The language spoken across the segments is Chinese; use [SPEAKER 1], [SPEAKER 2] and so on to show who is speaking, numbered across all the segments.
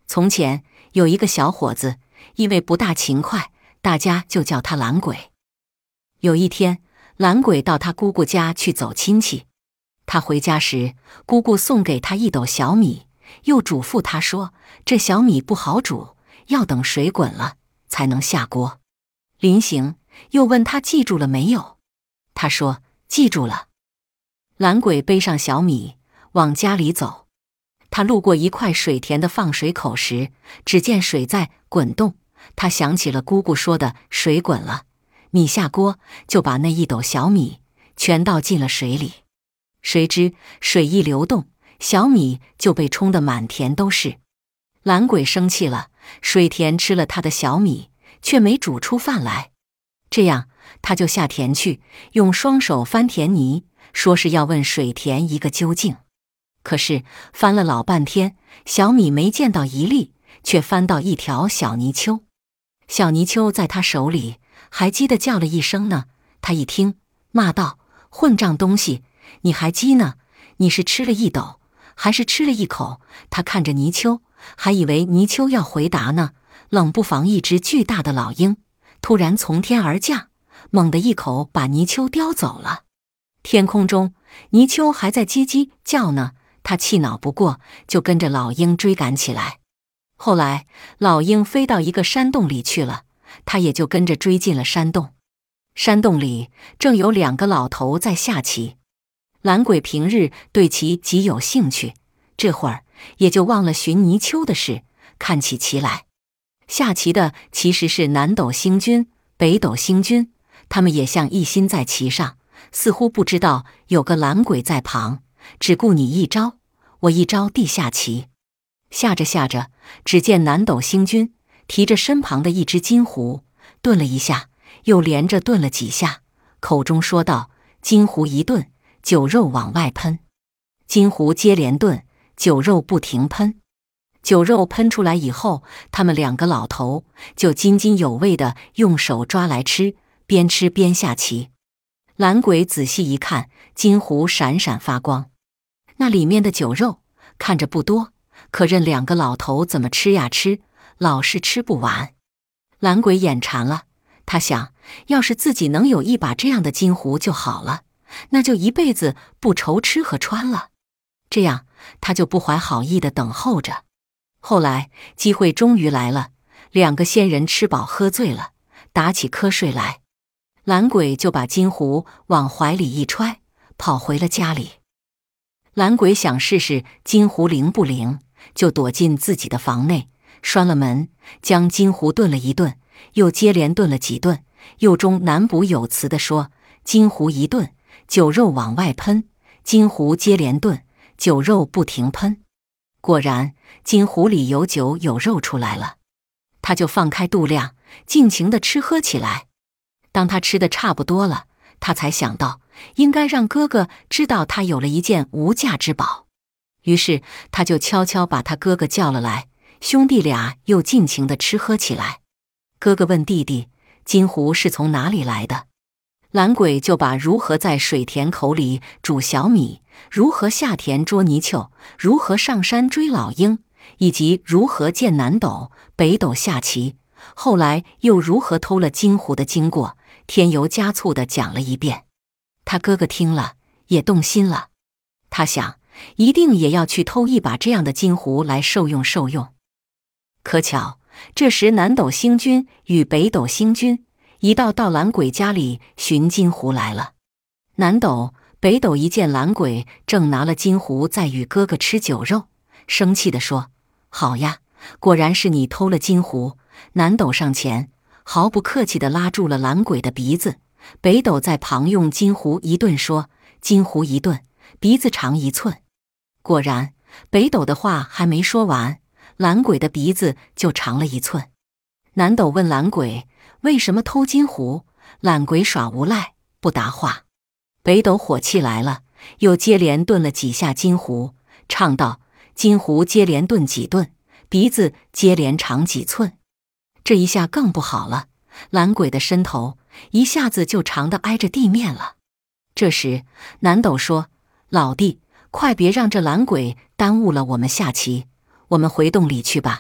[SPEAKER 1] 从前有一个小伙子，因为不大勤快，大家就叫他懒鬼。有一天，懒鬼到他姑姑家去走亲戚。他回家时，姑姑送给他一斗小米，又嘱咐他说，这小米不好煮，要等水滚了才能下锅。临行又问他记住了没有，他说记住了。懒鬼背上小米往家里走，他路过一块水田的放水口时，只见水在滚动。他想起了姑姑说的水滚了，米下锅，就把那一斗小米全倒进了水里。谁知水一流动，小米就被冲得满田都是。懒鬼生气了，水田吃了他的小米，却没煮出饭来。这样他就下田去，用双手翻田泥，说是要问水田一个究竟。可是翻了老半天，小米没见到一粒，却翻到一条小泥鳅。小泥鳅在他手里，还叽地叫了一声呢。他一听，骂道：混账东西，你还叽呢？你是吃了一斗，还是吃了一口？他看着泥鳅，还以为泥鳅要回答呢，冷不防一只巨大的老鹰突然从天而降，猛地一口把泥鳅叼走了。天空中，泥鳅还在叽叽叫呢，他气恼不过，就跟着老鹰追赶起来。后来老鹰飞到一个山洞里去了，他也就跟着追进了山洞。山洞里正有两个老头在下棋。懒鬼平日对棋极有兴趣，这会儿也就忘了寻泥鳅的事，看起棋来。下棋的其实是南斗星君、北斗星君，他们也像一心在棋上，似乎不知道有个懒鬼在旁，只顾你一招我一招地下棋。下着下着，只见南斗星君提着身旁的一只金壶，顿了一下，又连着顿了几下，口中说道：金壶一顿，酒肉往外喷。金壶接连顿，酒肉不停喷。酒肉喷出来以后，他们两个老头就津津有味地用手抓来吃，边吃边下棋。懒鬼仔细一看，金壶闪闪发光，那里面的酒肉看着不多，可任两个老头怎么吃呀吃，老是吃不完。懒鬼眼馋了，他想，要是自己能有一把这样的金壶就好了，那就一辈子不愁吃和穿了。这样他就不怀好意地等候着。后来机会终于来了，两个仙人吃饱喝醉了，打起瞌睡来。懒鬼就把金壶往怀里一揣，跑回了家里。懒鬼想试试金壶灵不灵，就躲进自己的房内，拴了门，将金壶炖了一顿，又接连炖了几顿，又中南补有词地说：金壶一炖，酒肉往外喷，金壶接连炖，酒肉不停喷。果然金壶里有酒有肉出来了，他就放开肚量，尽情地吃喝起来。当他吃得差不多了，他才想到应该让哥哥知道他有了一件无价之宝。于是他就悄悄把他哥哥叫了来，兄弟俩又尽情地吃喝起来。哥哥问弟弟，金壶是从哪里来的？懒鬼就把如何在水田口里煮小米，如何下田捉泥鳅，如何上山追老鹰，以及如何见南斗、北斗下棋，后来又如何偷了金壶的经过，添油加醋地讲了一遍。他哥哥听了也动心了，他想一定也要去偷一把这样的金壶来受用受用。可巧这时南斗星君与北斗星君一道到懒鬼家里寻金壶来了。南斗、北斗一见懒鬼正拿了金壶在与哥哥吃酒肉，生气地说：好呀，果然是你偷了金壶。南斗上前毫不客气地拉住了懒鬼的鼻子，北斗在旁用金壶一顿说：金壶一顿，鼻子长1寸。果然北斗的话还没说完，懒鬼的鼻子就长了1寸。南斗问懒鬼为什么偷金壶，懒鬼耍无赖不答话。北斗火气来了，又接连炖了几下金壶，唱道：金壶接连炖几顿，鼻子接连长几寸。这一下更不好了，懒鬼的身头一下子就长得挨着地面了。这时南斗说：老弟，快别让这懒鬼耽误了我们下棋，我们回洞里去吧，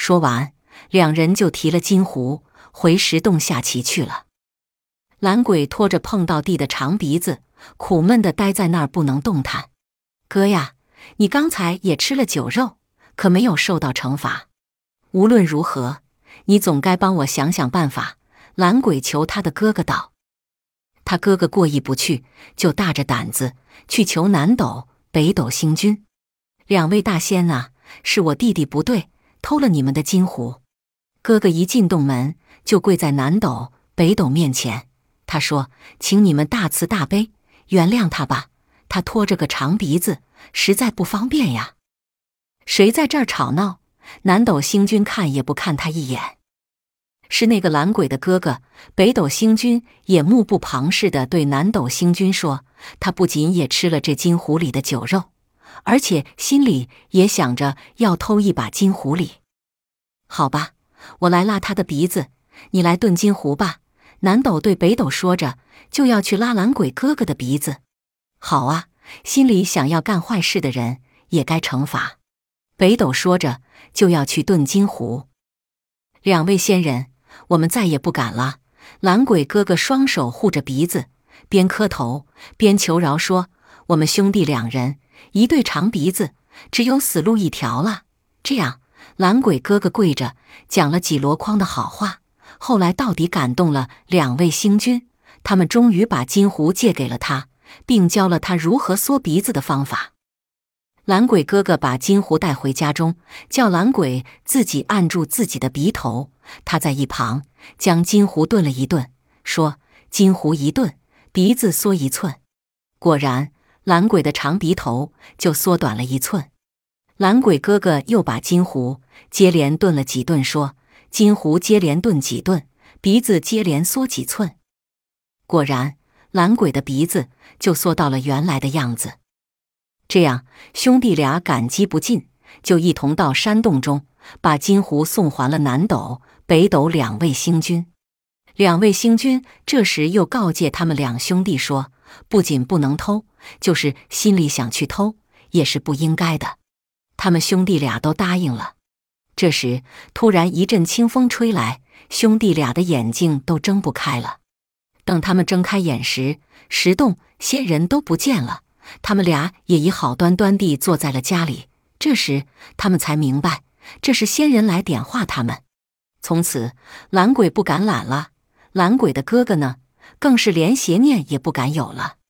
[SPEAKER 1] 说完，两人就提了金壶回石洞下棋去了。懒鬼拖着碰到地的长鼻子，苦闷地待在那儿不能动弹。哥呀，你刚才也吃了酒肉，可没有受到惩罚。无论如何，你总该帮我想想办法。懒鬼求他的哥哥道。他哥哥过意不去，就大着胆子去求南斗、北斗星君。两位大仙啊，是我弟弟不对，偷了你们的金壶。哥哥一进洞门，就跪在南斗、北斗面前。他说：请你们大慈大悲，原谅他吧，他拖着个长鼻子，实在不方便呀。谁在这儿吵闹？南斗星君看也不看他一眼。是那个懒鬼的哥哥。北斗星君也目不旁视地对南斗星君说，他不仅也吃了这金壶里的酒肉，而且心里也想着要偷一把金壶里。好吧，我来拉他的鼻子，你来炖金壶吧。南斗对北斗说着，就要去拉懒鬼哥哥的鼻子。好啊，心里想要干坏事的人也该惩罚。北斗说着，就要去炖金壶。两位仙人，我们再也不敢了。懒鬼哥哥双手护着鼻子，边磕头边求饶说，我们兄弟两人，一对长鼻子，只有死路一条了。这样，懒鬼哥哥跪着讲了几箩筐的好话，后来到底感动了两位星君，他们终于把金壶借给了他，并教了他如何缩鼻子的方法。懒鬼哥哥把金壶带回家中，叫懒鬼自己按住自己的鼻头，他在一旁将金壶炖了一炖，说：金壶一炖，鼻子缩1寸。果然，懒鬼的长鼻头就缩短了1寸。懒鬼哥哥又把金壶接连炖了几顿，说：金壶接连炖几顿，鼻子接连缩几寸。果然，懒鬼的鼻子就缩到了原来的样子。这样，兄弟俩感激不尽，就一同到山洞中，把金壶送还了南斗、北斗两位星君。两位星君这时又告诫他们两兄弟说，不仅不能偷，就是心里想去偷，也是不应该的。他们兄弟俩都答应了。这时，突然一阵清风吹来，兄弟俩的眼睛都睁不开了。等他们睁开眼时，石洞仙人都不见了。他们俩也已好端端地坐在了家里。这时他们才明白，这是仙人来点化他们。从此懒鬼不敢懒了，懒鬼的哥哥呢，更是连邪念也不敢有了。